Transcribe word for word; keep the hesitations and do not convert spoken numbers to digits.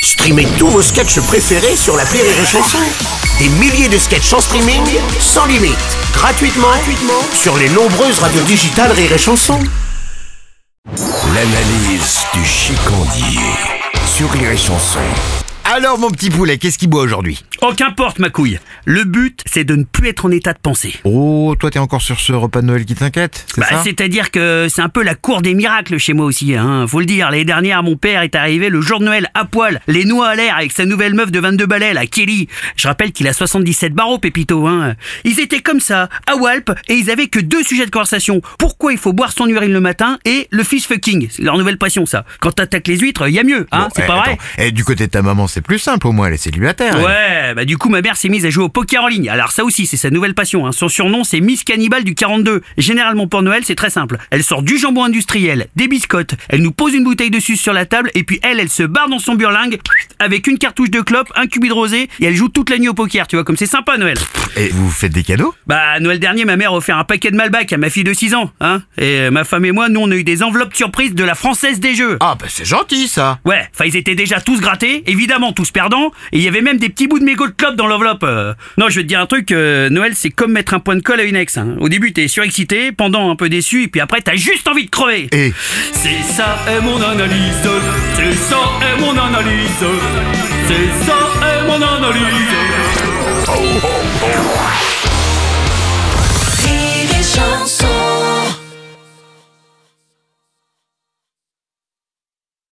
Streamez tous vos sketchs préférés sur l'appli Rire et Chanson. Des milliers de sketchs en streaming, sans limite, gratuitement, gratuitement sur les nombreuses radios digitales Rire et Chanson. L'analyse du chicandier sur Rire et Chanson. Alors mon petit poulet, qu'est-ce qu'il boit aujourd'hui? Oh, qu'importe ma couille. Le but, c'est de ne plus être en état de penser. Oh, toi t'es encore sur ce repas de Noël qui t'inquiète, c'est Bah, ça? c'est-à-dire que c'est un peu la cour des miracles chez moi aussi, hein. Faut le dire, l'année dernière, mon père est arrivé le jour de Noël à poil, les noix à l'air, avec sa nouvelle meuf de vingt-deux balais, la Kelly. Je rappelle qu'il a soixante-dix-sept barreaux, Pépito, hein. Ils étaient comme ça, à Walp, et ils avaient que deux sujets de conversation. Pourquoi il faut boire son urine le matin et le fish fucking. C'est leur nouvelle passion, ça. Quand t'attaques les huîtres, y a mieux, hein, Bon, c'est eh, pas vrai? attends. Et du côté de ta maman, c'est plus simple, au moins elle est célibataire. elle. Ouais, bah du coup ma mère s'est mise à jouer au poker en ligne. Alors ça aussi c'est sa nouvelle passion, hein. Son surnom c'est Miss Cannibale du quarante-deux. Généralement pour Noël c'est très simple. Elle sort du jambon industriel, des biscottes, elle nous pose une bouteille de suce sur la table et puis elle, elle se barre dans son burlingue avec une cartouche de clope, un cubi de rosé et elle joue toute la nuit au poker, tu vois, comme c'est sympa Noël. Et vous faites des cadeaux? Bah Noël dernier ma mère a offert un paquet de Malbec à ma fille de six ans, hein. Et euh, ma femme et moi nous on a eu des enveloppes surprises de la Française des Jeux. Ah bah c'est gentil ça. Ouais, enfin ils étaient déjà tous grattés, évidemment tous perdants, et il y avait même des petits bouts de mégots de clope dans l'enveloppe. Euh. Non, je vais te dire un truc, euh, Noël c'est comme mettre un point de colle à une ex, hein. Au début t'es surexcité, pendant un peu déçu, et puis après t'as juste envie de crever. Et C'est ça est mon analyse, c'est ça est mon analyse, c'est ça est mon analyse.